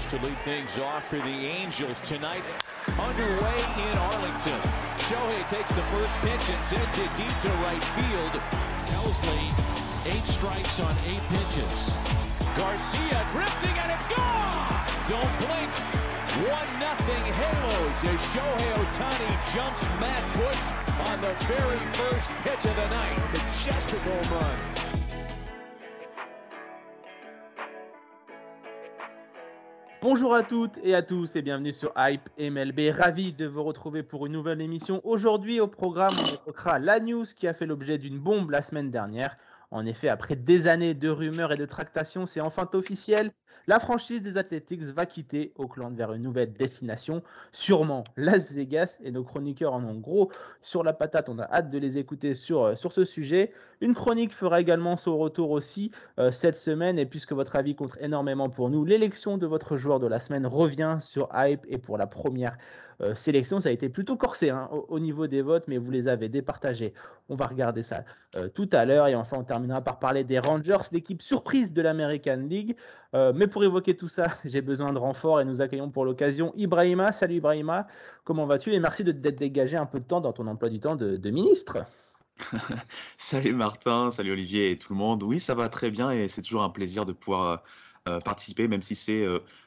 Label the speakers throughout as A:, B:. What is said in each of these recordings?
A: to lead things off for the Angels tonight. Underway in Arlington. Shohei takes the first pitch and sends it deep to right field. Helsley, 8 strikes on 8 pitches. Garcia drifting and it's gone! Don't blink. 1-0 Halos as Shohei Ohtani jumps Matt Bush on the very first pitch of the night. Majestic home run.
B: Bonjour à toutes et à tous et bienvenue sur Hype MLB. Ravi de vous retrouver pour une nouvelle émission. Aujourd'hui au programme, on évoquera la news qui a fait l'objet d'une bombe la semaine dernière. En effet, après des années de rumeurs et de tractations, c'est enfin officiel. La franchise des Athletics va quitter Oakland vers une nouvelle destination, sûrement Las Vegas. Et nos chroniqueurs en ont gros sur la patate. On a hâte de les écouter sur ce sujet. Une chronique fera également son retour aussi cette semaine. Et puisque votre avis compte énormément pour nous, l'élection de votre joueur de la semaine revient sur Hype. Et pour la première sélection, ça a été plutôt corsé au niveau des votes, mais vous les avez départagés. On va regarder ça tout à l'heure. Et enfin, on terminera par parler des Rangers, l'équipe surprise de l'American League. Mais pour évoquer tout ça, j'ai besoin de renfort et nous accueillons pour l'occasion Ibrahima. Salut Ibrahima, comment vas-tu? Et merci d'être dégagé un peu de temps dans ton emploi du temps de ministre.
C: Salut Martin, salut Olivier et tout le monde. Oui, ça va très bien et c'est toujours un plaisir de pouvoir participer, même si c'est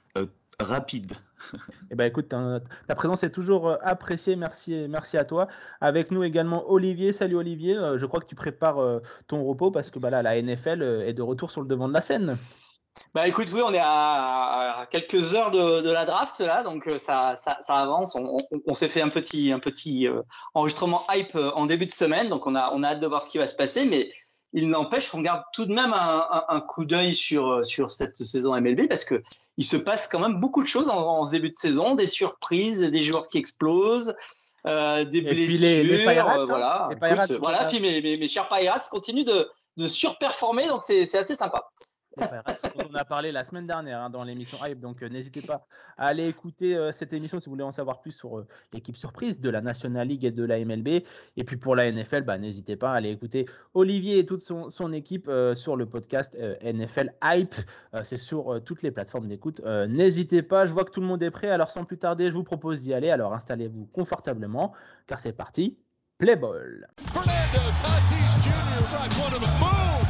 C: rapide.
B: Eh ben, écoute, ta présence est toujours appréciée, merci à toi. Avec nous également Olivier. Salut Olivier, je crois que tu prépares ton repos parce que là, la NFL est de retour sur le devant de la scène.
D: Bah écoute, oui, on est à quelques heures de la draft là, donc ça avance. On s'est fait un petit enregistrement hype en début de semaine, donc on a hâte de voir ce qui va se passer, mais il n'empêche qu'on garde tout de même un coup d'œil sur cette saison MLB parce que il se passe quand même beaucoup de choses en ce début de saison, des surprises, des joueurs qui explosent, des blessures,
B: puis les Pirates,
D: voilà.
B: Les Pirates,
D: voilà, puis mes chers Pirates continuent de surperformer, donc c'est assez sympa.
B: Les Pirates, dont on a parlé la semaine dernière dans l'émission Hype, donc n'hésitez pas à aller écouter cette émission si vous voulez en savoir plus sur l'équipe surprise de la National League et de la MLB. Et puis pour la NFL, n'hésitez pas à aller écouter Olivier et toute son équipe sur le podcast NFL Hype. C'est sur toutes les plateformes d'écoute. N'hésitez pas, je vois que tout le monde est prêt, alors sans plus tarder, je vous propose d'y aller. Alors installez-vous confortablement, car c'est parti, play ball.
A: Fernando Tatis Jr. drives one to the moon.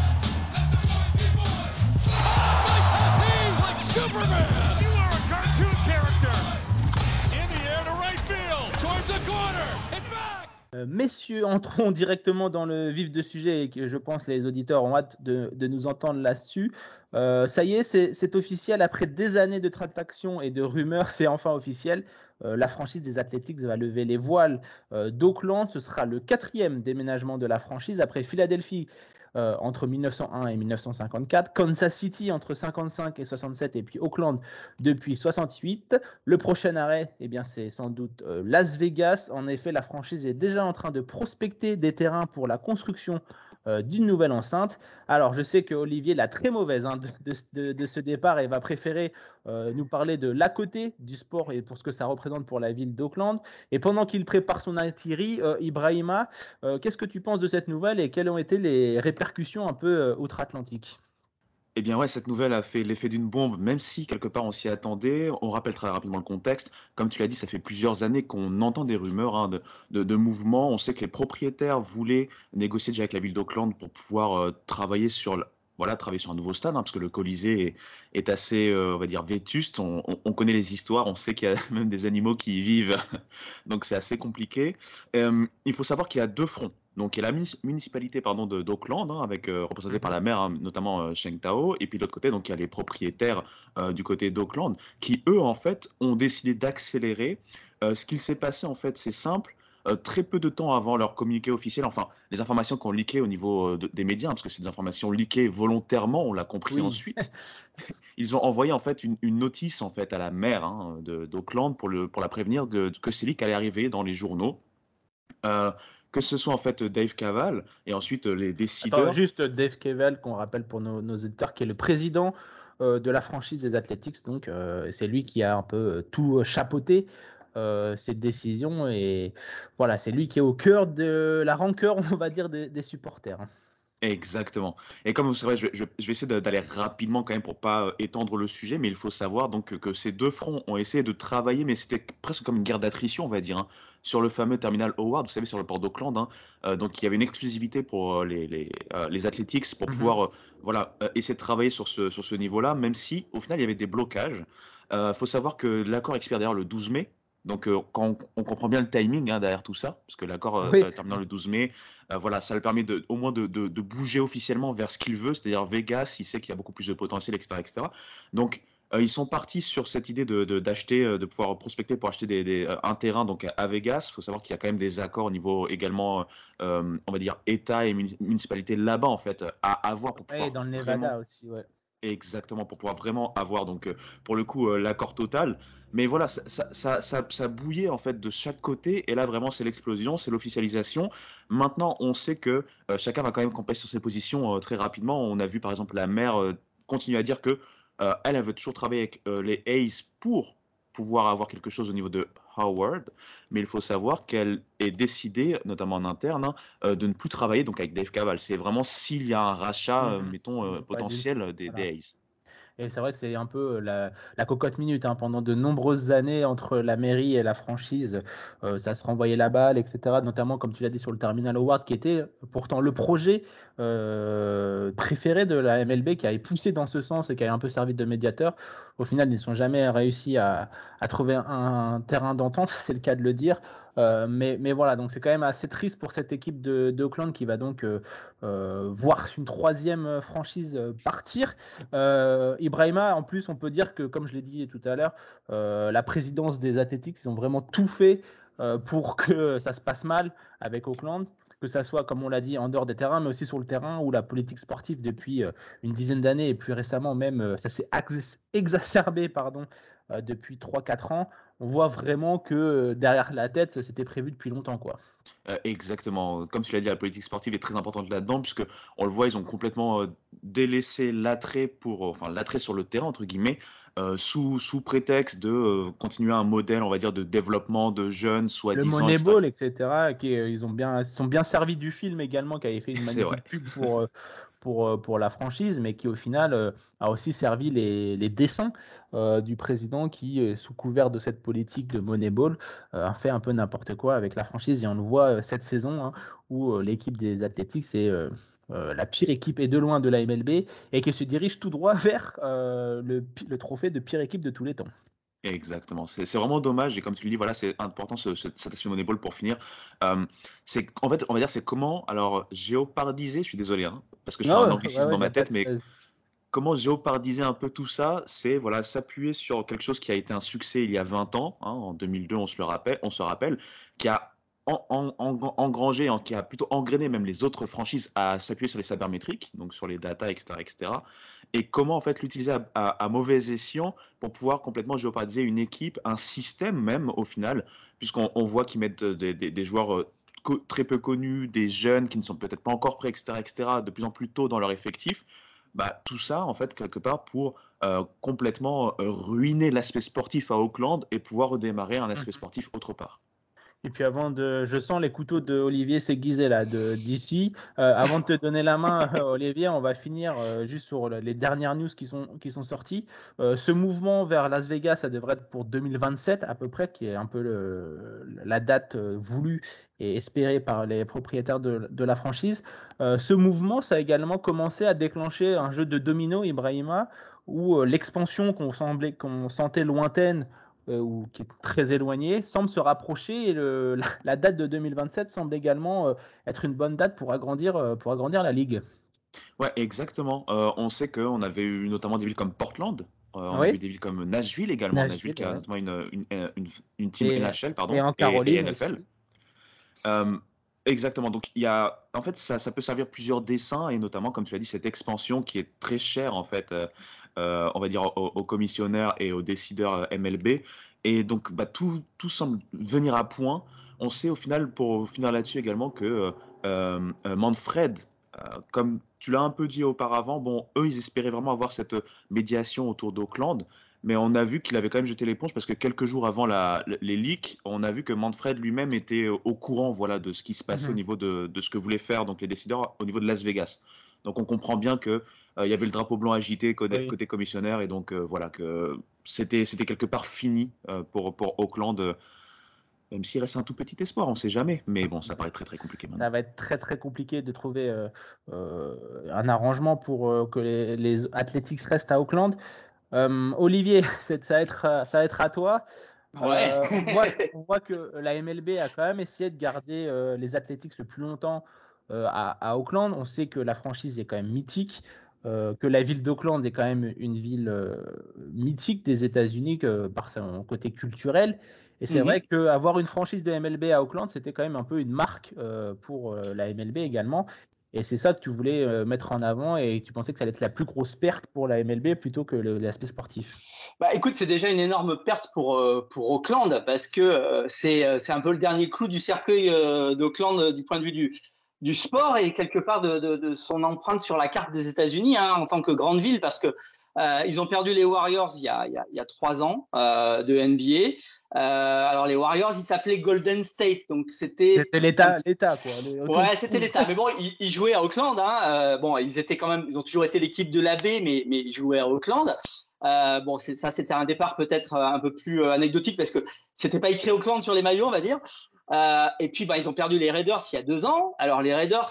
A: Superman! You are a cartoon character! In the air to right field, towards the corner, and back!
B: Messieurs, entrons directement dans le vif du sujet et que je pense les auditeurs ont hâte de nous entendre là-dessus. Ça y est, c'est officiel. Après des années de tractations et de rumeurs, c'est enfin officiel. La franchise des Athletics va lever les voiles d'Oakland. Ce sera le 4e déménagement de la franchise après Philadelphie. Entre 1901 et 1954, Kansas City entre 55 et 67 et puis Oakland depuis 68. Le prochain arrêt, c'est sans doute Las Vegas. En effet, la franchise est déjà en train de prospecter des terrains pour la construction d'une nouvelle enceinte. Alors, je sais que Olivier l'a très mauvaise de ce départ et va préférer nous parler de l'à côté du sport et pour ce que ça représente pour la ville d'Oakland. Et pendant qu'il prépare son artillerie, Ibrahima, qu'est-ce que tu penses de cette nouvelle et quelles ont été les répercussions un peu outre-Atlantique?
C: Eh bien ouais, cette nouvelle a fait l'effet d'une bombe, même si quelque part on s'y attendait. On rappelle très rapidement le contexte. Comme tu l'as dit, ça fait plusieurs années qu'on entend des rumeurs de mouvements. On sait que les propriétaires voulaient négocier déjà avec la ville d'Auckland pour pouvoir travailler sur un nouveau stade, parce que le Colisée est assez, on va dire, vétuste. On connaît les histoires, on sait qu'il y a même des animaux qui y vivent, donc c'est assez compliqué. Il faut savoir qu'il y a deux fronts. Donc, il y a la municipalité d'Auckland, avec, représentée par la maire, notamment Cheng Tao. Et puis, de l'autre côté, donc, il y a les propriétaires du côté d'Auckland qui, eux, en fait, ont décidé d'accélérer. Ce qu'il s'est passé, en fait, c'est simple. Très peu de temps avant leur communiqué officiel, enfin, les informations qu'on leakées au niveau des médias, parce que c'est des informations leakées volontairement, on l'a compris ensuite. Ils ont envoyé, en fait, une notice, en fait, à la maire d'Auckland pour la prévenir que ces leaks allaient arriver dans les journaux. Que ce soit en fait Dave Kaval et ensuite les décideurs.
B: Attends, juste Dave Kaval, qu'on rappelle pour nos auditeurs, qui est le président de la franchise des Athletics. Donc, c'est lui qui a un peu tout chapeauté cette décision. Et voilà, c'est lui qui est au cœur de la rancœur, on va dire, des supporters.
C: Exactement. Et comme c'est vrai, je vais essayer d'aller rapidement quand même pour pas étendre le sujet, mais il faut savoir donc que ces deux fronts ont essayé de travailler, mais c'était presque comme une guerre d'attrition, on va dire, hein, sur le fameux terminal Howard, vous savez, sur le port d'Auckland. Hein. Donc il y avait une exclusivité pour les Athletics pour
B: Mhm.
C: pouvoir essayer de travailler sur ce niveau-là, même si au final il y avait des blocages. Il faut savoir que l'accord expire d'ailleurs le 12 mai. Donc, quand on comprend bien le timing hein, derrière tout ça, parce que l'accord
B: Oui.
C: terminant le 12 mai, voilà, ça le permet au moins de bouger officiellement vers ce qu'il veut, c'est-à-dire Vegas, il sait qu'il y a beaucoup plus de potentiel, etc., etc. Donc, ils sont partis sur cette idée d'acheter, de pouvoir prospecter pour acheter un terrain donc à Vegas. Il faut savoir qu'il y a quand même des accords au niveau également, on va dire, État et municipalité là-bas, en fait, à avoir pour
B: Ouais,
C: pouvoir
B: dans le
C: vraiment
B: Nevada aussi, ouais.
C: exactement, pour pouvoir vraiment avoir donc pour le coup l'accord total. Mais voilà, ça bouillait en fait de chaque côté et là vraiment c'est l'explosion, c'est l'officialisation. Maintenant on sait que chacun va quand même camper sur ses positions très rapidement. On a vu par exemple la maire continuer à dire que elle veut toujours travailler avec les A's pour pouvoir avoir quelque chose au niveau de Howard, mais il faut savoir qu'elle est décidée, notamment en interne, hein, de ne plus travailler donc avec Dave Caval. C'est vraiment s'il y a un rachat,
B: Mhm.
C: mettons,
B: Il veut pas d'une.
C: potentiel des
B: Voilà.
C: A's.
B: Et c'est vrai que c'est un peu la cocotte minute hein. Pendant de nombreuses années entre la mairie et la franchise, ça se renvoyait la balle, etc. Notamment, comme tu l'as dit, sur le Terminal Howard, qui était pourtant le projet préféré de la MLB, qui avait poussé dans ce sens et qui avait un peu servi de médiateur. Au final, ils ne sont jamais réussi à trouver un terrain d'entente, c'est le cas de le dire. Mais voilà, donc c'est quand même assez triste pour cette équipe d'Oakland qui va donc voir une troisième franchise partir. Ibrahima, en plus, on peut dire que, comme je l'ai dit tout à l'heure, la présidence des Athletics, ils ont vraiment tout fait pour que ça se passe mal avec Auckland, que ça soit, comme on l'a dit, en dehors des terrains, mais aussi sur le terrain, où la politique sportive, depuis une dizaine d'années, et plus récemment même, ça s'est exacerbé depuis 3-4 ans. On voit vraiment que derrière la tête, c'était prévu depuis longtemps, quoi.
C: Exactement. Comme tu l'as dit, la politique sportive est très importante là-dedans, puisque on le voit, ils ont complètement délaissé l'attrait enfin l'attrait sur le terrain entre guillemets, sous prétexte de continuer un modèle, on va dire, de développement de jeunes,
B: Le
C: soi-disant, etc.,
B: Moneyball,
C: etc.
B: etc. Ils sont bien servis du film également, qui avait fait une
C: C'est vrai.
B: magnifique pub pour la franchise, mais qui au final a aussi servi les dessins du président qui, sous couvert de cette politique de Moneyball, a fait un peu n'importe quoi avec la franchise. Et on le voit cette saison hein, où l'équipe des Athletics est la pire équipe et de loin de la MLB et qui se dirige tout droit vers le trophée de pire équipe de tous les temps.
C: Exactement. C'est vraiment dommage. Et comme tu le dis, voilà, c'est important cet aspect Moneyball pour finir. Euh, en fait, on va dire, c'est comment, alors, géopardiser, je suis désolé, hein, parce que je fais
B: Non,
C: un
B: ouais,
C: anglicisme
B: ouais,
C: dans
B: il n'y
C: ma
B: a pas
C: tête,
B: de.
C: mais comment géopardiser un peu tout ça, c'est voilà, s'appuyer sur quelque chose qui a été un succès il y a 20 ans, hein, en 2002, on se rappelle, qui a engrangé, qui a plutôt engrainé même les autres franchises à s'appuyer sur les sabermétriques, donc sur les data, etc., etc. Et comment en fait l'utiliser à mauvais escient pour pouvoir complètement géopardiser une équipe, un système même au final, puisqu'on voit qu'ils mettent des joueurs très peu connus, des jeunes qui ne sont peut-être pas encore prêts, etc., etc., de plus en plus tôt dans leur effectif. Bah, tout ça, en fait, quelque part, pour complètement ruiner l'aspect sportif à Auckland et pouvoir redémarrer un aspect
B: Mhm.
C: sportif autre part.
B: Et puis je sens les couteaux de Olivier s'aiguiser là d'ici. Avant de te donner la main, Olivier, on va finir juste sur les dernières news qui sont sorties. Ce mouvement vers Las Vegas, ça devrait être pour 2027 à peu près, qui est un peu la date voulue et espérée par les propriétaires de la franchise. Ce mouvement, ça a également commencé à déclencher un jeu de domino, Ibrahima, où l'expansion qu'on sentait lointaine ou qui est très éloigné, semble se rapprocher et la date de 2027 semble également être une bonne date pour agrandir la ligue.
C: Ouais, exactement. On sait qu'on avait eu notamment des villes comme Portland. On a vu
B: Oui,
C: des villes comme Nashville également. Nashville
B: Nashville,
C: qui a
B: ouais.
C: notamment une team
B: Et,
C: NHL,
B: et
C: pardon,
B: en
C: et
B: Caroline
C: NFL.
B: aussi.
C: Exactement. Donc, en fait, ça peut servir plusieurs dessins et notamment, comme tu l'as dit, cette expansion qui est très chère, en fait, on va dire, aux commissionnaires et aux décideurs MLB. Et donc, bah, tout semble venir à point. On sait au final, pour finir là-dessus également, que Manfred, comme tu l'as un peu dit auparavant, bon, eux, ils espéraient vraiment avoir cette médiation autour d'Auckland. mais on a vu qu'il avait quand même jeté l'éponge parce que quelques jours avant les leaks, on a vu que Manfred lui-même était au courant, voilà, de ce qui se passait au niveau de ce que voulaient faire donc les décideurs au niveau de Las Vegas. Donc on comprend bien que il y avait le drapeau blanc agité côté commissionnaire et donc voilà que c'était quelque part fini pour Auckland. Même s'il reste un tout petit espoir, on ne sait jamais. Mais bon, ça paraît très très compliqué maintenant.
B: Ça va être très très compliqué de trouver un arrangement pour que les Athletics restent à Auckland. Olivier, ça va être à toi.
D: Ouais.
B: On voit que la MLB a quand même essayé de garder les Athletics le plus longtemps à Auckland. On sait que la franchise est quand même mythique, que la ville d'Auckland est quand même une ville mythique des États-Unis par son côté culturel. Et c'est vrai qu'avoir une franchise de MLB à Auckland, c'était quand même un peu une marque pour la MLB également. Et c'est ça que tu voulais mettre en avant et tu pensais que ça allait être la plus grosse perte pour la MLB plutôt que l'aspect sportif.
D: Bah, écoute, c'est déjà une énorme perte pour Auckland parce que c'est un peu le dernier clou du cercueil d'Auckland du point de vue du sport et quelque part de son empreinte sur la carte des États-Unis en tant que grande ville parce que ils ont perdu les Warriors il y a 3 ans de NBA. Alors les Warriors, ils s'appelaient Golden State, donc c'était
B: l'État quoi.
D: Ouais, c'était l'État. Mais bon, ils jouaient à Auckland. Bon, ils ont toujours été l'équipe de la baie, mais ils jouaient à Auckland. Bon, c'était un départ peut-être un peu plus anecdotique parce que c'était pas écrit Auckland sur les maillots, on va dire. Et puis, ils ont perdu les Raiders il y a 2 ans. Alors les Raiders.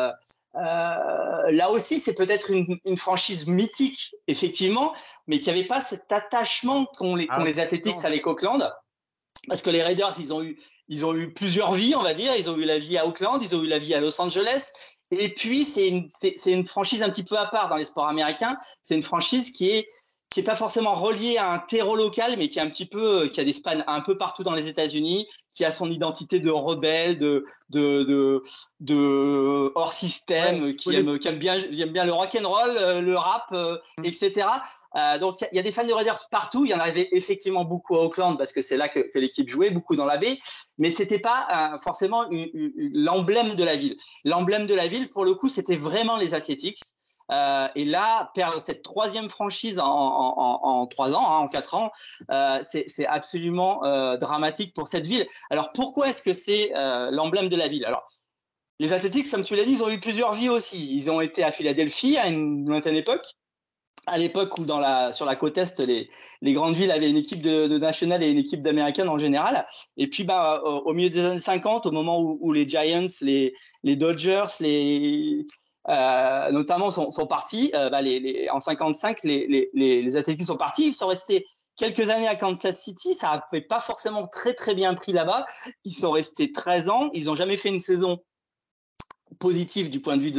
D: Là aussi, c'est peut-être une franchise mythique, effectivement, mais qui n'avait pas cet attachement qu'ont les Athletics avec Auckland. Parce que les Raiders, ils ont eu plusieurs vies, on va dire. Ils ont eu la vie à Auckland, ils ont eu la vie à Los Angeles. Et puis, c'est une franchise un petit peu à part dans les sports américains. C'est une franchise qui est pas forcément reliée à un terreau local, mais qui a des spans un peu partout dans les États-Unis, qui a son identité de rebelle, de hors système, qui aime bien le rock and roll, le rap, etc. Donc il y a des fans de Raiders partout. Il y en avait effectivement beaucoup à Auckland parce que c'est là que l'équipe jouait, beaucoup dans la baie, mais c'était pas forcément l'emblème de la ville. L'emblème de la ville, pour le coup, c'était vraiment les Athletics. Et là, perdre cette 3e franchise en 3 ans, en 4 ans, c'est absolument dramatique pour cette ville. Alors pourquoi est-ce que c'est l'emblème de la ville? Alors les Athletics, comme tu l'as dit, ils ont eu plusieurs vies aussi. Ils ont été à Philadelphie à une lointaine époque. À l'époque où sur la côte est, les grandes villes avaient une équipe de nationale et une équipe d'américaine en général. Et puis au milieu des années 50, au moment où les Giants, les Dodgers, notamment sont partis, en 55, les Athletics sont partis. Ils sont restés quelques années à Kansas City. Ça n'avait pas forcément très très bien pris là-bas. Ils sont restés 13 ans. Ils n'ont jamais fait une saison positive du point de vue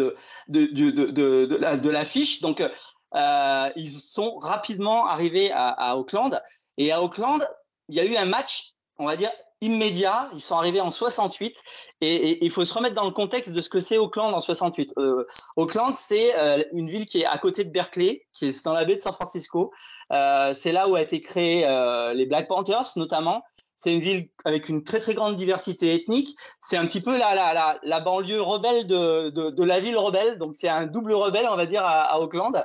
D: de l'affiche. Donc ils sont rapidement arrivés à Auckland. Et à Auckland, il y a eu un match, on va dire, immédiat. Ils sont arrivés en 68 et il faut se remettre dans le contexte de ce que c'est Auckland en 68. Auckland, c'est une ville qui est à côté de Berkeley, qui est dans la baie de San Francisco. C'est là où a été créé les Black Panthers, notamment. C'est une ville avec une très très grande diversité ethnique. C'est un petit peu la banlieue rebelle de la ville rebelle. Donc c'est un double rebelle, on va dire, à Auckland.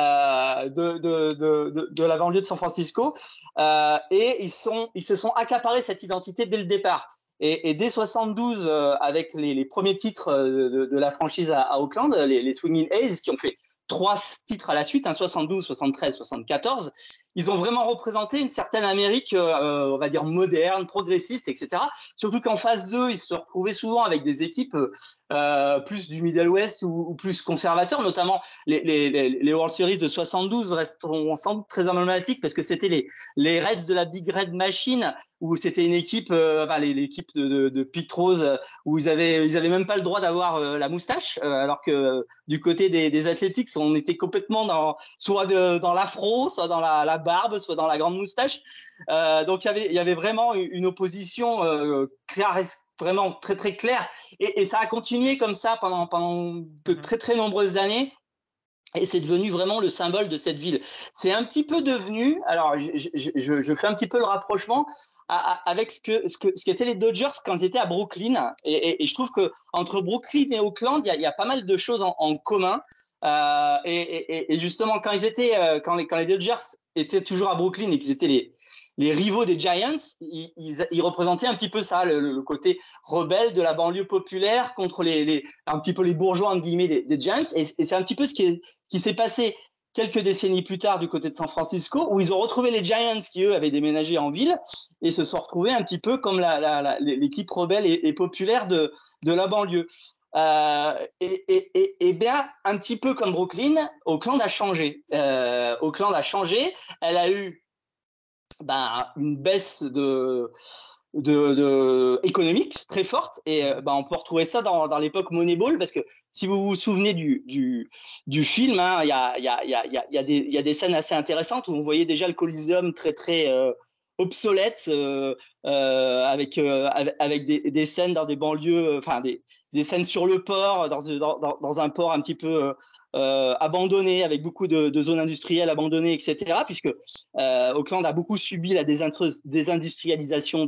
D: De la banlieue de San Francisco et ils se sont accaparés cette identité dès le départ et dès 72 avec les premiers titres de la franchise à Auckland, les Swinging A's qui ont fait 3 titres à la suite, 72, 73, 74, ils ont vraiment représenté une certaine Amérique, on va dire moderne, progressiste, etc. Surtout qu'en phase 2, ils se retrouvaient souvent avec des équipes plus du Middle West ou plus conservateurs, notamment les World Series de 72 resteront sans doute très emblématiques parce que c'était les Reds de la Big Red Machine où c'était une équipe, l'équipe de Pete Rose, où ils avaient même pas le droit d'avoir la moustache, alors que du côté des Athletics, on était complètement soit dans l'afro, soit dans la barbe, soit dans la grande moustache. Donc il y avait vraiment une opposition claire, vraiment très très claire, et ça a continué comme ça pendant de très très nombreuses années. Et c'est devenu vraiment le symbole de cette ville. C'est un petit peu devenu, alors je fais un petit peu le rapprochement avec ce qu'étaient les Dodgers quand ils étaient à Brooklyn. Et je trouve que entre Brooklyn et Auckland, il y a pas mal de choses en commun. Et justement, quand les Dodgers étaient toujours à Brooklyn et qu'ils étaient les rivaux des Giants, ils représentaient un petit peu ça, le côté rebelle de la banlieue populaire contre un petit peu les bourgeois entre guillemets des Giants. Et c'est un petit peu ce qui s'est passé quelques décennies plus tard du côté de San Francisco, où ils ont retrouvé les Giants qui, eux, avaient déménagé en ville et se sont retrouvés un petit peu comme l'équipe rebelle et populaire de la banlieue. Et bien, un petit peu comme Brooklyn, Oakland a changé. Oakland a changé. Elle a eu une baisse économique très forte et on peut retrouver ça dans l'époque Moneyball, parce que si vous vous souvenez du film, il y a des scènes assez intéressantes où on voyait déjà le Coliseum très très obsolète, avec des scènes dans des banlieues, des scènes sur le port, dans un port un petit peu abandonné, avec beaucoup de zones industrielles abandonnées, etc. Puisque Oakland a beaucoup subi la désindustrialisation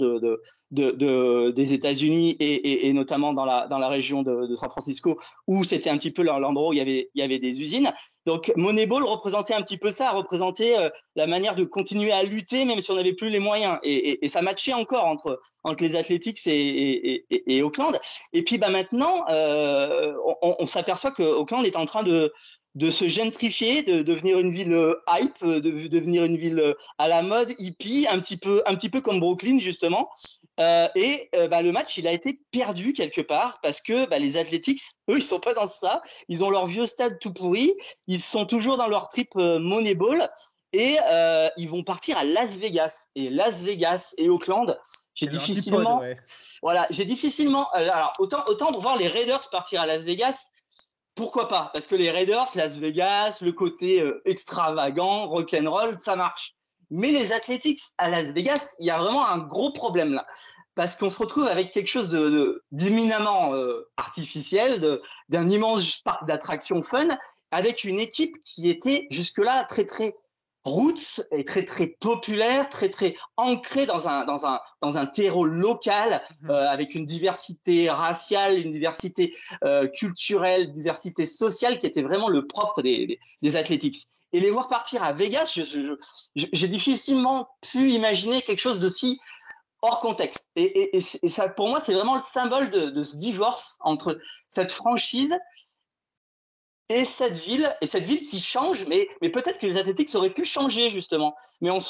D: des États-Unis et notamment dans la région de San Francisco, où c'était un petit peu l'endroit où il y avait des usines. Donc Moneyball représentait un petit peu ça, représentait la manière de continuer à lutter même si on n'avait plus les moyens. Et ça matchait encore entre les Athletics et Oakland. Et puis maintenant, on s'aperçoit que Oakland est en train de se gentrifier, de devenir une ville hype, de devenir une ville à la mode, hippie, un petit peu comme Brooklyn justement. Le match, il a été perdu quelque part parce que les Athletics, eux, ils sont pas dans ça. Ils ont leur vieux stade tout pourri. Ils sont toujours dans leur trip Moneyball. Et ils vont partir à Las Vegas. Et Las Vegas et Oakland, j'ai difficilement. Alors, autant pour voir les Raiders partir à Las Vegas, pourquoi pas? Parce que les Raiders, Las Vegas, le côté extravagant, rock'n'roll, ça marche. Mais les Athletics à Las Vegas, il y a vraiment un gros problème là. Parce qu'on se retrouve avec quelque chose d'éminemment artificiel, d'un immense parc d'attractions fun, avec une équipe qui était jusque-là très, très roots et très très populaire, très très ancré dans un terreau local, avec une diversité raciale, une diversité culturelle, une diversité sociale qui était vraiment le propre des Athletics. Et les voir partir à Vegas, j'ai difficilement pu imaginer quelque chose d'aussi hors contexte. Et ça, pour moi, c'est vraiment le symbole de ce divorce entre cette franchise et cette ville qui change, mais peut-être que les Athletics auraient pu changer justement, mais non.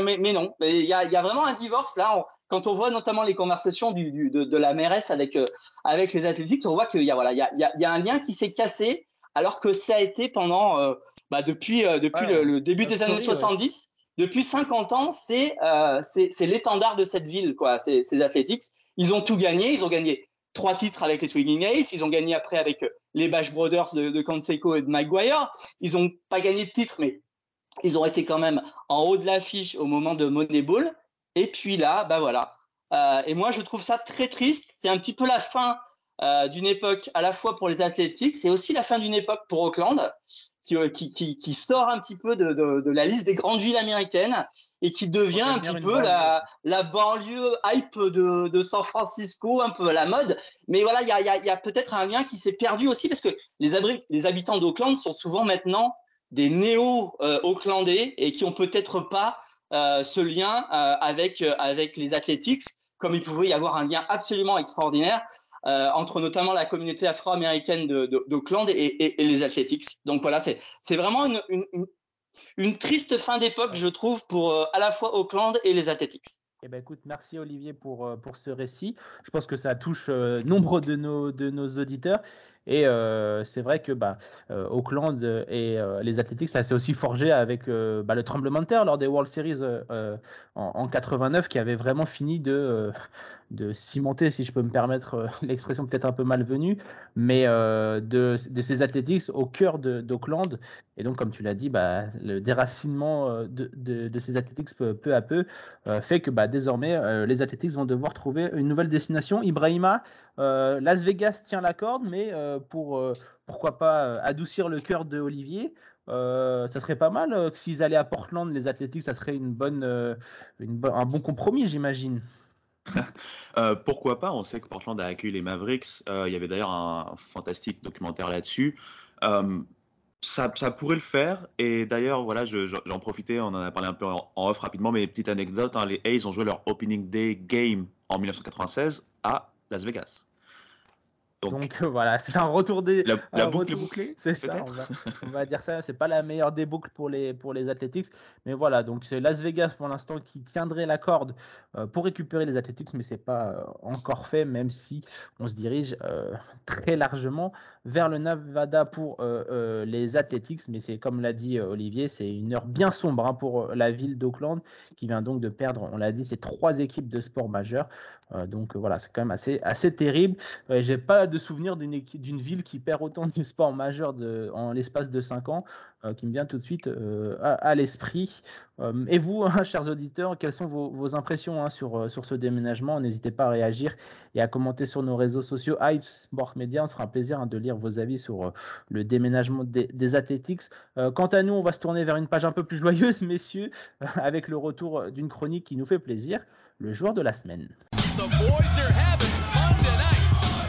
D: Il y a vraiment un divorce là. Quand on voit notamment les conversations de la mairesse avec les Athletics, on voit qu'il y a un lien qui s'est cassé, alors que ça a été pendant depuis le début des années 70. Depuis 50 ans, c'est l'étendard de cette ville, quoi. Ces Athletics, ils ont tout gagné. Ils ont gagné 3 titres avec les Swinging Aces. Ils ont gagné après avec les Bash Brothers de Canseco et de Maguire. Ils n'ont pas gagné de titre, mais ils ont été quand même en haut de l'affiche au moment de Moneyball. Et puis là, voilà. Et moi, je trouve ça très triste. C'est un petit peu la fin d'une époque à la fois pour les Athletics et aussi la fin d'une époque pour Oakland, qui sort un petit peu de la liste des grandes villes américaines et qui devient un petit peu la banlieue hype de San Francisco, un peu à la mode. Mais voilà, il y a peut-être un lien qui s'est perdu aussi, parce que les habitants d'Oakland sont souvent maintenant des néo-Oaklandais et qui ont peut-être pas ce lien avec les Athletics, comme il pouvait y avoir un lien absolument extraordinaire entre notamment la communauté afro-américaine d'Oakland et les Athletics. Donc voilà, c'est vraiment une triste fin d'époque, je trouve, pour à la fois Oakland et les Athletics.
B: Eh ben, écoute, merci Olivier pour ce récit. Je pense que ça touche nombre de nos auditeurs. Et c'est vrai que Oakland et les Athletics, ça s'est aussi forgé avec le tremblement de terre lors des World Series en 89, qui avait vraiment fini de cimenter, si je peux me permettre l'expression peut-être un peu malvenue, mais de ces Athletics au cœur d'Oakland. Et donc, comme tu l'as dit, le déracinement de ces Athletics peu à peu fait que désormais, les Athletics vont devoir trouver une nouvelle destination. Ibrahima, Las Vegas tient la corde, mais pourquoi pas adoucir le cœur de Olivier. Ça serait pas mal que s'ils allaient à Portland, les Athletics, ça serait un bon compromis, j'imagine.
C: Pourquoi pas? On sait que Portland a accueilli les Mavericks. Il y avait d'ailleurs un fantastique documentaire là-dessus. Ça pourrait le faire. Et d'ailleurs, voilà, j'en profitais, on en a parlé un peu en off rapidement, mais petite anecdote, hein, les A's ont joué leur Opening Day Game en 1996 à Las Vegas.
B: Donc voilà, c'est un retour des.
C: La boucle est bouclée,
B: C'est ça,
C: peut-être.
B: on va dire ça. C'est pas la meilleure des boucles pour les Athletics. Mais voilà, donc c'est Las Vegas pour l'instant qui tiendrait la corde pour récupérer les Athletics, mais c'est pas encore fait, même si on se dirige très largement vers le Nevada pour les Athletics. Mais c'est comme l'a dit Olivier, c'est une heure bien sombre hein, pour la ville d'Auckland qui vient donc de perdre, on l'a dit, ces 3 équipes de sport majeurs. Donc voilà, c'est quand même assez terrible. J'ai pas de souvenir d'une ville qui perd autant de sports majeurs en l'espace de 5 ans, qui me vient tout de suite à l'esprit. Et vous, hein, chers auditeurs, quelles sont vos impressions hein, sur ce déménagement? N'hésitez pas à réagir et à commenter sur nos réseaux sociaux Hype Sport Media. On se fera un plaisir hein, de lire vos avis sur le déménagement des Athletics. Quant à nous, on va se tourner vers une page un peu plus joyeuse, messieurs, avec le retour d'une chronique qui nous fait plaisir, le joueur de la semaine.
A: The boys are having fun tonight.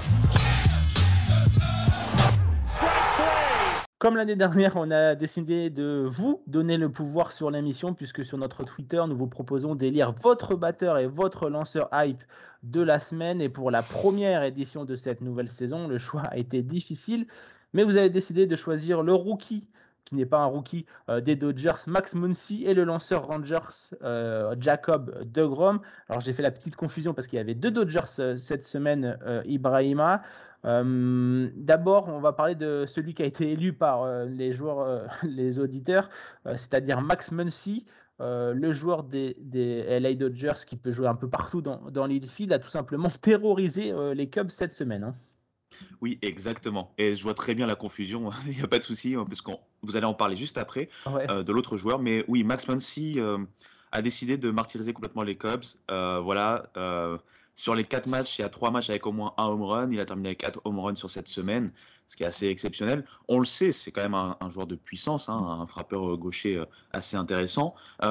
A: Strike 3.
B: Comme l'année dernière, on a décidé de vous donner le pouvoir sur l'émission, puisque sur notre Twitter, nous vous proposons d'élire votre batteur et votre lanceur hype de la semaine. Et pour la première édition de cette nouvelle saison, le choix a été difficile, mais vous avez décidé de choisir le rookie, qui n'est pas un rookie, des Dodgers, Max Muncy, et le lanceur Rangers, Jacob deGrom. Alors j'ai fait la petite confusion parce qu'il y avait 2 Dodgers cette semaine, Ibrahima. D'abord, on va parler de celui qui a été élu par les joueurs, les auditeurs, c'est-à-dire Max Muncy, le joueur des LA Dodgers qui peut jouer un peu partout dans l'infield, a tout simplement terrorisé les Cubs cette semaine. Hein.
C: Oui, exactement. Et je vois très bien la confusion, il n'y a pas de souci, hein, vous allez en parler juste après
B: Ouais.
C: de l'autre joueur. Mais oui, Max Muncy a décidé de martyriser complètement les Cubs. Voilà, sur les 4 matchs, il y a 3 matchs avec au moins un home run. Il a terminé avec 4 home runs sur cette semaine, ce qui est assez exceptionnel. On le sait, c'est quand même un joueur de puissance, hein, un frappeur gaucher assez intéressant.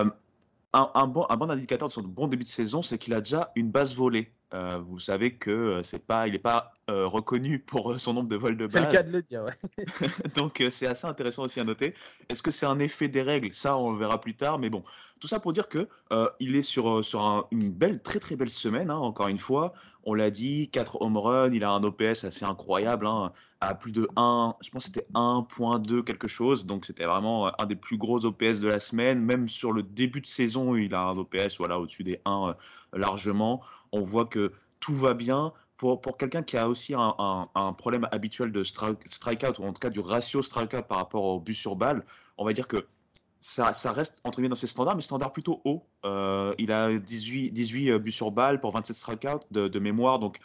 C: Un bon indicateur de son bon début de saison, c'est qu'il a déjà une base volée. Vous savez que il n'est pas reconnu pour son nombre de vols de base.
B: C'est le cas de le dire, ouais.
C: Donc c'est assez intéressant aussi à noter. Est-ce que c'est un effet des règles? Ça, on le verra plus tard. Mais bon, tout ça pour dire que il est sur une belle, très très belle semaine. Hein, encore une fois, on l'a dit, 4 home runs. Il a un OPS assez incroyable, hein, à plus de 1, je pense que c'était 1.2 quelque chose. Donc c'était vraiment un des plus gros OPS de la semaine. Même sur le début de saison, il a un OPS voilà, au-dessus des 1 largement. On voit que tout va bien. Pour quelqu'un qui a aussi un problème habituel de strikeout, ou en tout cas du ratio strikeout par rapport au but sur balle, on va dire que ça reste entre guillemets dans ses standards, mais standards plutôt hauts. Il a 18 buts sur balle pour 27 strikeouts de mémoire. Donc,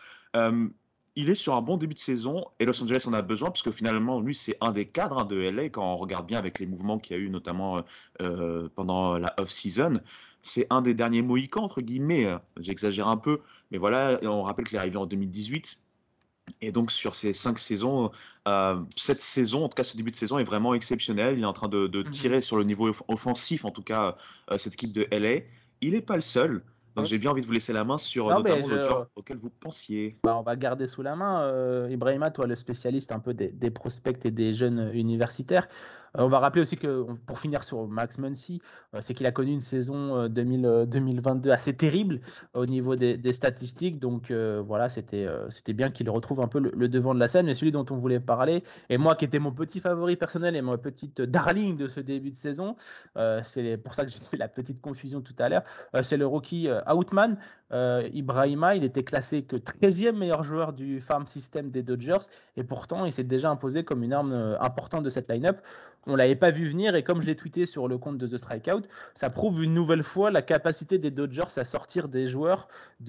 C: il est sur un bon début de saison et Los Angeles en a besoin parce que finalement, lui, c'est un des cadres hein, de LA quand on regarde bien avec les mouvements qu'il y a eu notamment pendant la off-season. C'est un des derniers Mohicans, entre guillemets. J'exagère un peu, mais voilà, on rappelle qu'il est arrivé en 2018. Et donc, sur ces 5 saisons, cette saison, en tout cas ce début de saison, est vraiment exceptionnel. Il est en train de tirer sur le niveau offensif, en tout cas, cette équipe de LA. Il n'est pas le seul. Donc, j'ai bien envie de vous laisser la main sur notamment l'autre joueur auquel vous pensiez.
B: On va garder sous la main. Ibrahima, toi, le spécialiste un peu des prospects et des jeunes universitaires. On va rappeler aussi que, pour finir sur Max Muncy, c'est qu'il a connu une saison 2022 assez terrible au niveau des statistiques. Donc voilà, c'était bien qu'il retrouve un peu le devant de la scène. Mais celui dont on voulait parler, et moi qui était mon petit favori personnel et ma petite darling de ce début de saison, c'est pour ça que j'ai fait la petite confusion tout à l'heure, c'est le rookie Outman. Ibrahima, il était classé que 13e meilleur joueur du farm system des Dodgers et pourtant il s'est déjà imposé comme une arme importante de cette line-up. On ne l'avait pas vu venir et comme je l'ai tweeté sur le compte de The Strikeout, ça prouve une nouvelle fois la capacité des Dodgers à sortir des joueurs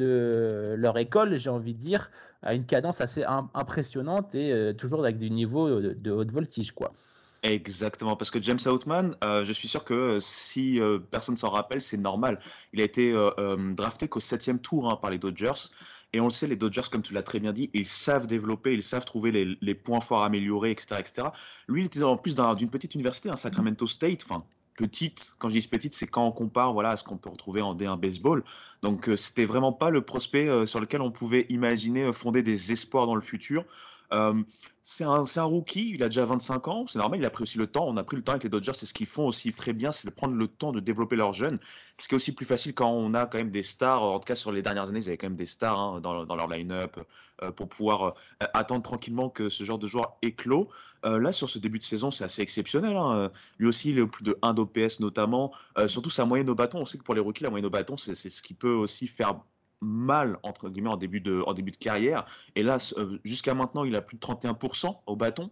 B: de leur école, j'ai envie de dire, à une cadence assez impressionnante et toujours avec du niveau de haute voltige, quoi.
C: Exactement, parce que James Outman, je suis sûr que si personne s'en rappelle, c'est normal. Il a été drafté qu'au 7e tour hein, par les Dodgers. Et on le sait, les Dodgers, comme tu l'as très bien dit, ils savent développer, ils savent trouver les points forts améliorés, etc., etc. Lui, il était en plus d'une petite université, un Sacramento State, enfin petite. Quand je dis petite, c'est quand on compare voilà, à ce qu'on peut retrouver en D1 baseball. Donc, c'était vraiment pas le prospect sur lequel on pouvait imaginer fonder des espoirs dans le futur. C'est un rookie, il a déjà 25 ans, c'est normal, il a pris aussi le temps, on a pris le temps avec les Dodgers, c'est ce qu'ils font aussi très bien, c'est de prendre le temps de développer leurs jeunes, ce qui est aussi plus facile quand on a quand même des stars, en tout cas sur les dernières années, ils avaient quand même des stars dans leur line-up pour pouvoir attendre tranquillement que ce genre de joueur éclot. Là, sur ce début de saison, c'est assez exceptionnel. Lui aussi, il est au plus de 1 d'OPS notamment, surtout sa moyenne au bâton, on sait que pour les rookies, la moyenne au bâton, c'est ce qui peut aussi faire mal entre guillemets en début de carrière, et là jusqu'à maintenant il a plus de 31% au bâton.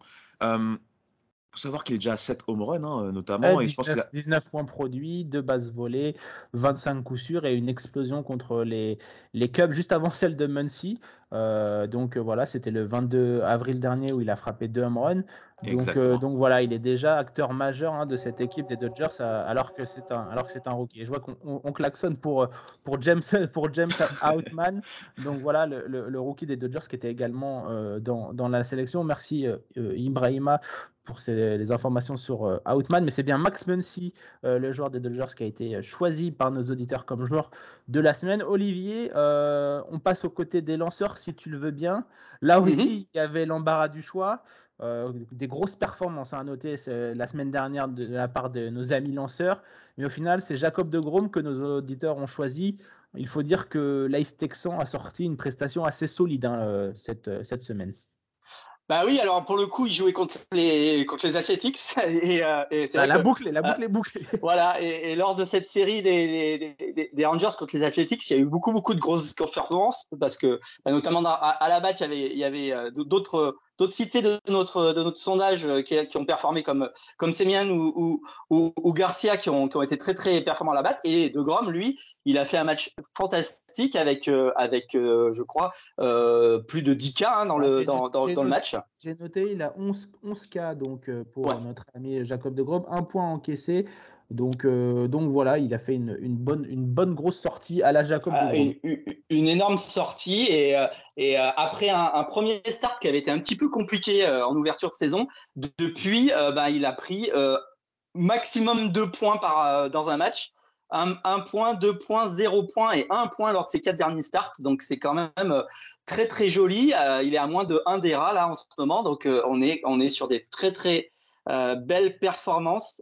C: Faut savoir qu'il est déjà à 7 home runs notamment, et je pense qu'il a
B: 19 points produits, 2 bases volées, 25 coups sûrs et une explosion contre les Cubs juste avant celle de Muncy. Donc voilà, c'était le 22 avril dernier où il a frappé 2 home runs. Donc voilà, il est déjà acteur majeur de cette équipe des Dodgers alors que c'est un rookie. Et je vois qu'on klaxonne pour James Outman. Donc voilà, le rookie des Dodgers qui était également dans la sélection. Merci Ibrahima pour les informations sur Outman, mais c'est bien Max Muncy, le joueur des Dodgers, qui a été choisi par nos auditeurs comme joueur de la semaine. Olivier, on passe aux côtés des lanceurs, si tu le veux bien. Là aussi, il y avait l'embarras du choix. Des grosses performances à noter la semaine dernière de la part de nos amis lanceurs, mais au final, c'est Jacob deGrom que nos auditeurs ont choisi. Il faut dire que l'Ice Texan a sorti une prestation assez solide cette semaine.
D: Bah oui, alors pour le coup, il jouait contre les Athletics et c'est vrai
B: la boucle est bouclée.
D: Voilà, et lors de cette série des Rangers contre les Athletics, il y a eu beaucoup de grosses performances parce que notamment à la batte, il y avait d'autres cités de notre sondage qui ont performé comme Semien ou Garcia qui ont été très très performants à la batte, et deGrom, lui, il a fait un match fantastique avec je crois plus de 10 K dans le match.
B: J'ai noté, il a 11 K donc pour notre ami Jacob deGrom, 1 point encaissé. Donc voilà, il a fait une bonne grosse sortie à la Jacob deGrom.
D: Une énorme sortie, et après un premier start qui avait été un petit peu compliqué en ouverture de saison, depuis il a pris maximum 2 points dans un match. 1 point, 2 points, 0 points et 1 point lors de ses 4 derniers starts. Donc c'est quand même très très joli. Il est à moins de 1 d'ERA là en ce moment. Donc on est sur des très très belles performances.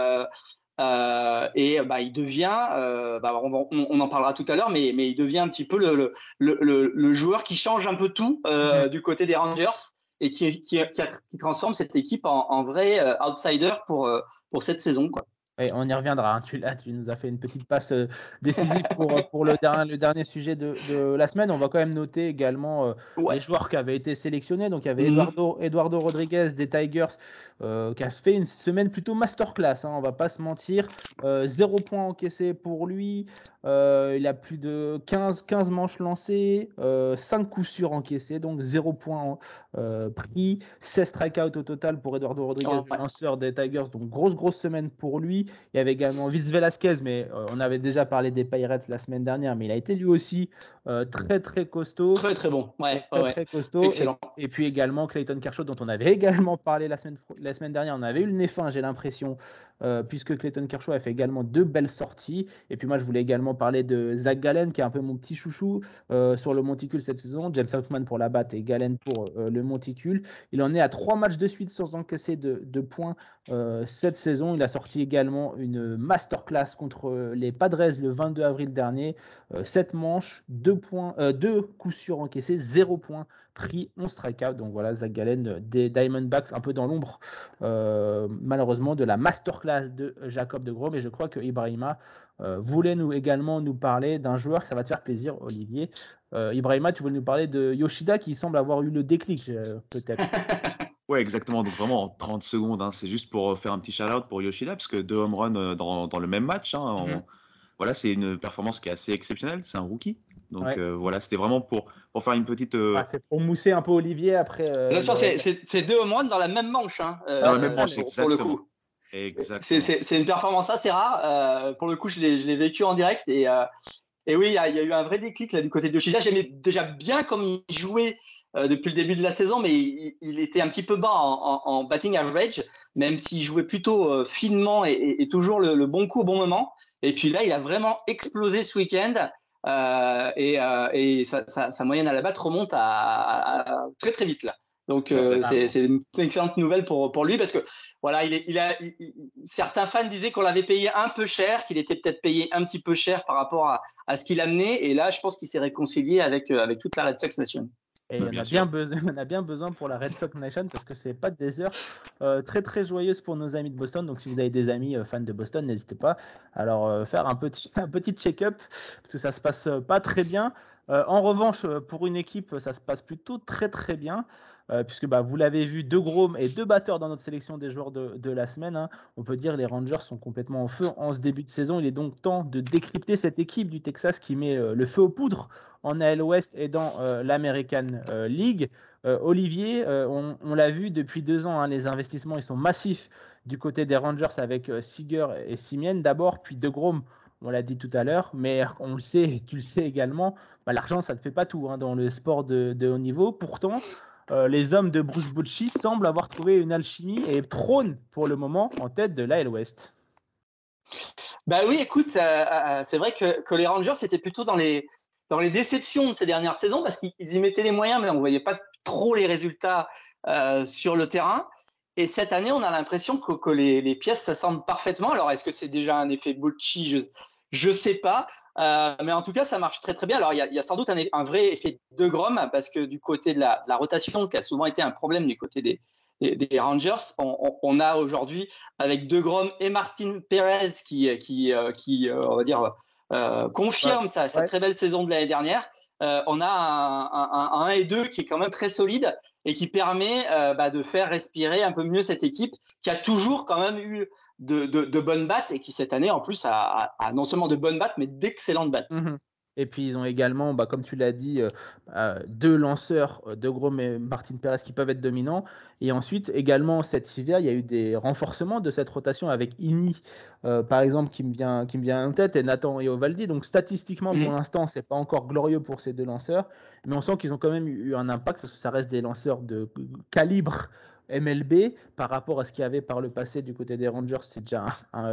D: Et il devient, on en parlera tout à l'heure, mais il devient un petit peu le joueur qui change un peu tout du côté des Rangers et qui transforme cette équipe en vrai outsider pour cette saison, quoi.
B: Et on y reviendra. Tu nous as fait une petite passe décisive pour le dernier sujet de la semaine. On va quand même noter également les joueurs qui avaient été sélectionnés. Donc il y avait Eduardo Rodriguez des Tigers qui a fait une semaine plutôt masterclass. On va pas se mentir. 0 points encaissés pour lui. Il a plus de 15 manches lancées, 5 coups sûrs encaissés, donc 0 points pris, 16 strikeouts au total pour Eduardo Rodriguez, le lanceur des Tigers. Donc grosse semaine pour lui. Il y avait également Vince Velasquez, mais on avait déjà parlé des Pirates la semaine dernière, mais il a été lui aussi très très costaud.
D: Très très bon,
B: très costaud.
D: Excellent.
B: Et puis également Clayton Kershaw, dont on avait également parlé la semaine dernière. On avait eu le nez fin, j'ai l'impression, puisque Clayton Kershaw a fait également 2 belles sorties. Et puis moi, je voulais également parler de Zach Gallen, qui est un peu mon petit chouchou sur le monticule cette saison. James Outman pour la batte et Gallen pour le monticule. Il en est à 3 matchs de suite sans encaisser de points cette saison. Il a sorti également une masterclass contre les Padres le 22 avril dernier. 7 manches, 2 coups sûrs encaissés, 0 points pris, 11 strikeouts. Donc voilà, Zach Gallen des Diamondbacks un peu dans l'ombre malheureusement de la masterclass de Jacob deGrom. Et je crois que Ibrahima voulait également nous parler d'un joueur, ça va te faire plaisir, Olivier. Ibrahima, tu voulais nous parler de Yoshida qui semble avoir eu le déclic peut-être.
C: Ouais, exactement. Donc vraiment en 30 secondes, c'est juste pour faire un petit shout-out pour Yoshida, parce que 2 home runs dans le même match. Voilà, c'est une performance qui est assez exceptionnelle. C'est un rookie. Donc voilà, c'était vraiment pour faire une petite.
B: C'est pour mousser un peu Olivier après.
D: Bien sûr, c'est 2 home runs dans la même manche.
C: Dans la même manche, exactement.
D: Pour le coup.
C: Exactement.
D: C'est une performance assez rare. Pour le coup, je l'ai vécu en direct. Et oui, il y a eu un vrai déclic là, du côté de Yoshida. J'aimais déjà bien comme il jouait depuis le début de la saison, mais il était un petit peu bas en batting average, même s'il jouait plutôt finement et toujours le bon coup au bon moment. Et puis là, il a vraiment explosé ce week-end. Et sa moyenne à la batte remonte à très très vite là. Donc c'est une excellente nouvelle pour lui, parce que voilà, certains fans disaient qu'on l'avait payé un peu cher, qu'il était peut-être payé un petit peu cher par rapport à ce qu'il amenait, et là je pense qu'il s'est réconcilié avec toute la Red Sox Nation.
B: Et on a bien besoin pour la Red Sox Nation, parce que c'est pas des heures très très joyeuses pour nos amis de Boston. Donc si vous avez des amis fans de Boston, n'hésitez pas à leur faire un petit check-up, parce que ça se passe pas très bien. En revanche, pour une équipe, ça se passe plutôt très très bien, puisque vous l'avez vu, 2 gros et 2 batteurs dans notre sélection des joueurs de la semaine, hein. On peut dire les Rangers sont complètement en feu en ce début de saison. Il est donc temps de décrypter cette équipe du Texas qui met le feu aux poudres en AL West et dans l'American League. Olivier, on l'a vu depuis 2 ans, hein, les investissements ils sont massifs du côté des Rangers avec Seager et Semien d'abord, puis DeGrom, on l'a dit tout à l'heure, mais on le sait, tu le sais également, l'argent ça ne fait pas tout, hein, dans le sport de haut niveau. Pourtant, les hommes de Bruce Bochy semblent avoir trouvé une alchimie et trônent pour le moment en tête de l'AL West.
D: Oui, écoute, c'est vrai que les Rangers étaient plutôt dans les déceptions de ces dernières saisons, parce qu'ils y mettaient les moyens, mais on ne voyait pas trop les résultats sur le terrain. Et cette année, on a l'impression que les pièces s'assemblent parfaitement. Alors, est-ce que c'est déjà un effet Bochy? Je ne sais pas. Mais en tout cas, ça marche très, très bien. Alors, il y a sans doute un vrai effet DeGrom, parce que du côté de la rotation, qui a souvent été un problème du côté des Rangers, on a aujourd'hui, avec DeGrom et Martin Perez qui on va dire, confirme sa très belle saison de l'année dernière. On a un 1 et 2 qui est quand même très solide et qui permet de faire respirer un peu mieux cette équipe, qui a toujours quand même eu de bonnes battes, et qui cette année en plus a non seulement de bonnes battes mais d'excellentes battes.
B: Mmh. Et puis ils ont également, comme tu l'as dit, 2 lanceurs, DeGrom et Martin Perez, qui peuvent être dominants. Et ensuite également cet hiver, il y a eu des renforcements de cette rotation avec Ini, par exemple, qui me vient en tête, et Nathan Eovaldi. Donc statistiquement, pour l'instant, c'est pas encore glorieux pour ces 2 lanceurs, mais on sent qu'ils ont quand même eu un impact, parce que ça reste des lanceurs de calibre MLB par rapport à ce qu'il y avait par le passé du côté des Rangers. C'est déjà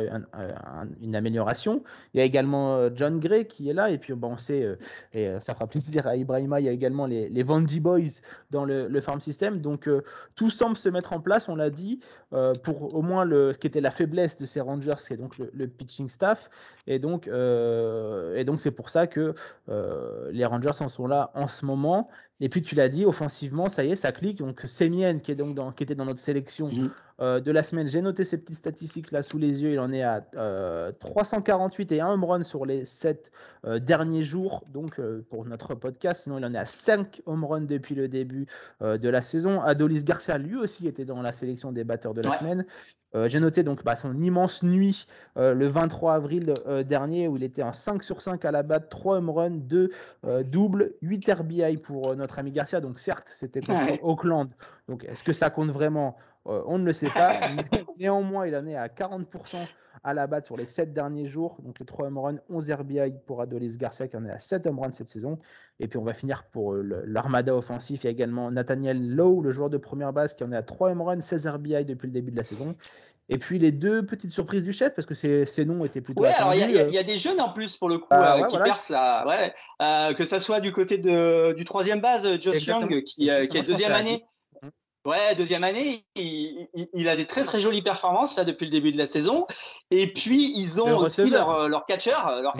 B: une amélioration. Il y a également John Gray qui est là, et puis on sait, et ça fera plaisir à Ibrahima, il y a également les Vandy Boys dans le farm system. Donc tout semble se mettre en place, on l'a dit, pour au moins ce qui était la faiblesse de ces Rangers, c'est donc le pitching staff. Et donc c'est pour ça que les Rangers en sont là en ce moment. Et puis tu l'as dit, offensivement, ça y est, ça clique. Donc Semien, qui était dans notre sélection de la semaine, j'ai noté ces petites statistiques là sous les yeux. Il en est à 348 et 1 home run sur les 7 derniers jours, donc pour notre podcast. Sinon, il en est à 5 home runs depuis le début de la saison. Adolis Garcia, lui aussi, était dans la sélection des batteurs de la semaine. J'ai noté donc son immense nuit le 23 avril dernier, où il était en 5 sur 5 à la batte, 3 home runs, 2 doubles, 8 RBI pour notre ami Garcia. Donc certes, c'était contre Oakland. Donc est-ce que ça compte vraiment? On ne le sait pas. Néanmoins, il en est à 40% à la batte sur les 7 derniers jours. Donc les 3 home runs, 11 RBI pour Adolis Garcia, qui en est à 7 home runs cette saison. Et puis on va finir pour l'armada offensif. Il y a également Nathaniel Lowe, le joueur de première base, qui en est à 3 home runs, 16 RBI depuis le début de la saison. Et puis les 2 petites surprises du chef, parce que ces noms étaient plutôt attendus.
D: Alors il y a des jeunes en plus pour le coup qui percent là. Que ça soit du côté du troisième base, Josh Young, qui est deuxième année. Deuxième année, il a des très très jolies performances là depuis le début de la saison. Et puis ils ont aussi leur catcher,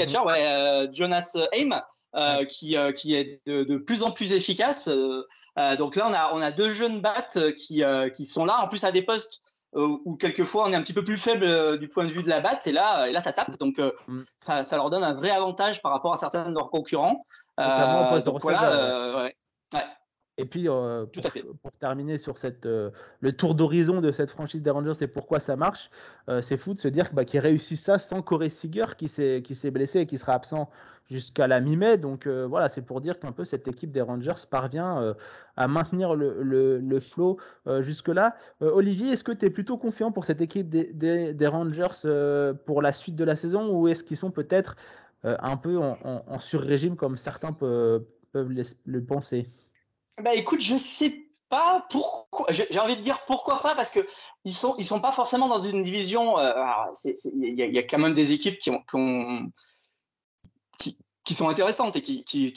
D: Jonas Heim, qui est de plus en plus efficace. Donc là on a 2 jeunes battes qui sont là, en plus à des postes où quelquefois on est un petit peu plus faible du point de vue de la batte, et là ça tape. Donc ça leur donne un vrai avantage par rapport à certains de leurs concurrents. Donc voilà.
B: Et puis, pour terminer sur le tour d'horizon de cette franchise des Rangers et pourquoi ça marche, c'est fou de se dire qu'ils réussissent ça sans Corey Seager qui s'est blessé et qui sera absent jusqu'à la mi-mai. Donc voilà, c'est pour dire qu'un peu cette équipe des Rangers parvient à maintenir le flow jusque-là. Olivier, est-ce que tu es plutôt confiant pour cette équipe des Rangers pour la suite de la saison, ou est-ce qu'ils sont peut-être un peu en sur-régime comme certains peuvent le penser?
D: Écoute, je sais pas pourquoi. J'ai envie de dire pourquoi pas, parce que ils sont pas forcément dans une division. Il y a quand même des équipes qui sont intéressantes et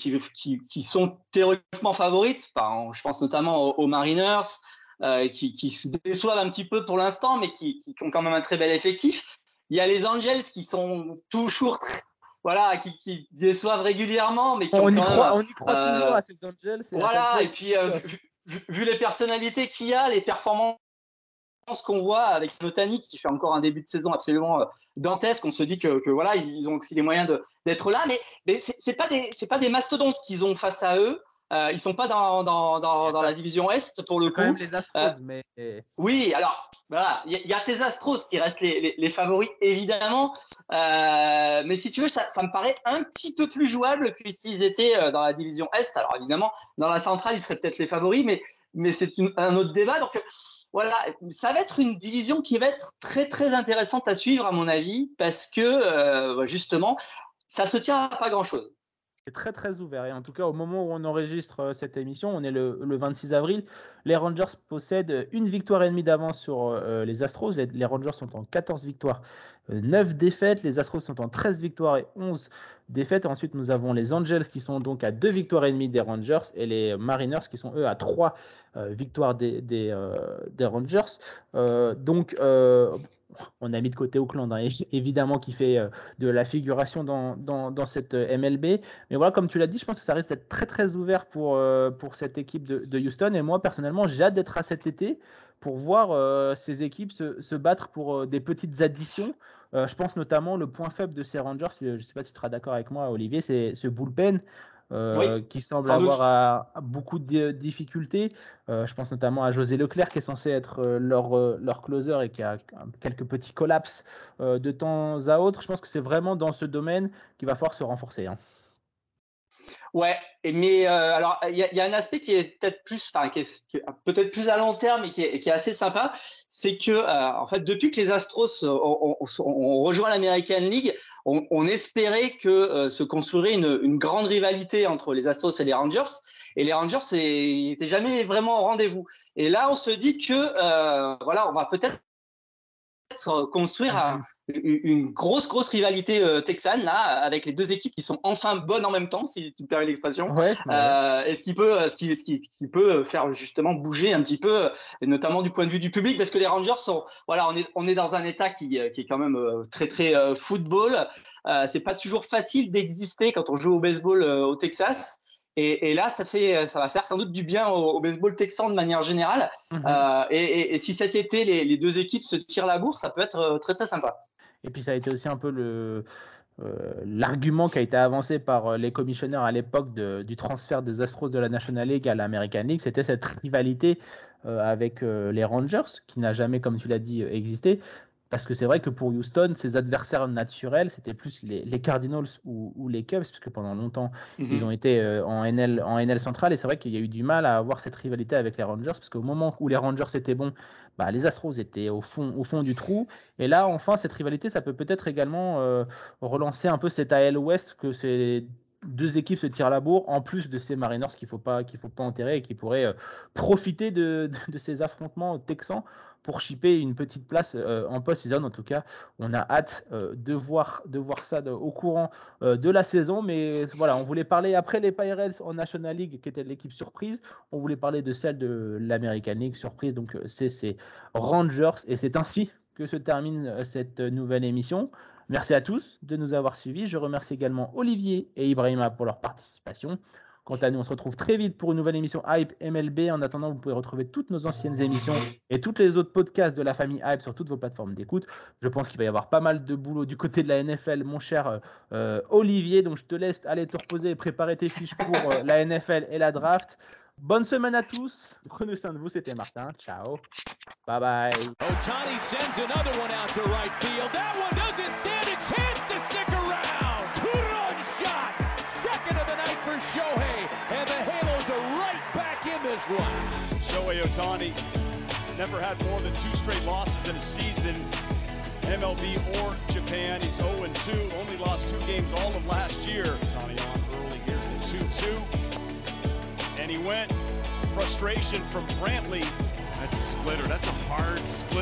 D: qui sont théoriquement favorites. Enfin, je pense notamment aux Mariners, qui se déçoivent un petit peu pour l'instant, mais qui ont quand même un très bel effectif. Il y a les Angels qui sont toujours, voilà, qui déçoivent régulièrement, mais qui
B: on y croit toujours à ces Angels.
D: Voilà, et puis vu les personnalités qu'il y a, les performances qu'on voit avec Ohtani qui fait encore un début de saison absolument dantesque, on se dit que voilà, ils ont aussi les moyens d'être là, mais c'est pas des mastodontes qu'ils ont face à eux. Ils sont pas dans la division Est pour le coup.
B: Quand même les Astros, mais
D: oui, alors voilà, il y a tes Astros qui restent les favoris évidemment, mais si tu veux, ça me paraît un petit peu plus jouable que s'ils étaient dans la division Est. Alors évidemment, dans la centrale, ils seraient peut-être les favoris, mais c'est un autre débat. Donc voilà, ça va être une division qui va être très très intéressante à suivre à mon avis, parce que justement, ça se tient à pas grand-chose.
B: C'est très très ouvert. Et en tout cas, au moment où on enregistre cette émission, on est le 26 avril. Les Rangers possèdent 1 victoire et demie d'avance sur les Astros. Les Rangers sont en 14 victoires, 9 défaites. Les Astros sont en 13 victoires et 11 défaites. Et ensuite, nous avons les Angels qui sont donc à 2 victoires et demie des Rangers et les Mariners qui sont eux à 3 victoires des Rangers. Donc, on a mis de côté Oakland, hein, évidemment, qui fait de la figuration dans cette MLB. Mais voilà, comme tu l'as dit, je pense que ça risque d'être très très ouvert pour cette équipe de Houston. Et moi, personnellement, j'ai hâte d'être à cet été pour voir ces équipes se battre pour des petites additions. Je pense notamment le point faible de ces Rangers, je ne sais pas si tu seras d'accord avec moi, Olivier, c'est ce bullpen.
D: Oui,
B: qui semble avoir beaucoup de difficultés. Je pense notamment à José Leclerc qui est censé être leur closer et qui a quelques petits collapses de temps à autre. Je pense que c'est vraiment dans ce domaine qu'il va falloir se renforcer. Hein.
D: Ouais, mais alors il y a un aspect qui est peut-être plus, qui est peut-être plus à long terme et qui est assez sympa, c'est que en fait depuis que les Astros ont rejoint l'American League, on espérait que se construirait une grande rivalité entre les Astros et les Rangers n'étaient jamais vraiment au rendez-vous. Et là on se dit que voilà, on va peut-être construire une grosse rivalité texane là avec les deux équipes qui sont enfin bonnes en même temps, si tu me permets l'expression.
B: Ouais.
D: Et ce qui peut faire justement bouger un petit peu, et notamment du point de vue du public, parce que les Rangers sont, voilà, on est dans un état qui est quand même très très football. C'est pas toujours facile d'exister quand on joue au baseball au Texas. Et là, ça va faire sans doute du bien au baseball texan de manière générale. Et si cet été, les deux équipes se tirent la bourre, ça peut être très, très sympa.
B: Et puis, ça a été aussi un peu l'argument qui a été avancé par les commissionnaires à l'époque du transfert des Astros de la National League à l'American League. C'était cette rivalité avec les Rangers, qui n'a jamais, comme tu l'as dit, existé. Parce que c'est vrai que pour Houston, ses adversaires naturels, c'était plus les Cardinals ou les Cubs, parce que pendant longtemps, ils ont été en NL centrale. Et c'est vrai qu'il y a eu du mal à avoir cette rivalité avec les Rangers, parce qu'au moment où les Rangers étaient bons, les Astros étaient au fond du trou. Et là, enfin, cette rivalité, ça peut-être également relancer un peu cette AL West, que ces deux équipes se tirent la bourre, en plus de ces Mariners qu'il faut pas enterrer et qui pourraient profiter de ces affrontements texans pour chipper une petite place en post-season. En tout cas, on a hâte de voir ça au courant de la saison. Mais voilà, on voulait parler après les Pirates en National League, qui était l'équipe surprise. On voulait parler de celle de l'American League surprise. Donc, c'est ces Rangers. Et c'est ainsi que se termine cette nouvelle émission. Merci à tous de nous avoir suivis. Je remercie également Olivier et Ibrahima pour leur participation. Quant à nous, on se retrouve très vite pour une nouvelle émission Hype MLB. En attendant, vous pouvez retrouver toutes nos anciennes émissions et tous les autres podcasts de la famille Hype sur toutes vos plateformes d'écoute. Je pense qu'il va y avoir pas mal de boulot du côté de la NFL, mon cher Olivier. Donc, je te laisse aller te reposer et préparer tes fiches pour la NFL et la draft. Bonne semaine à tous. Prenez soin de vous. C'était Martin. Ciao. Bye bye.
A: Ohtani sends another one out to right field. That one doesn't stand a chance to stick around. Two-run shot. Second of the night for Shohei. And the Halos are right back in this one.
E: Shohei Ohtani never had more than 2 straight losses in a season. MLB or Japan. He's 0-2. Only lost 2 games all of last year. Ohtani on early. Here's the 2-2. And he went. Frustration from Brantley. That's a splitter. That's a hard split.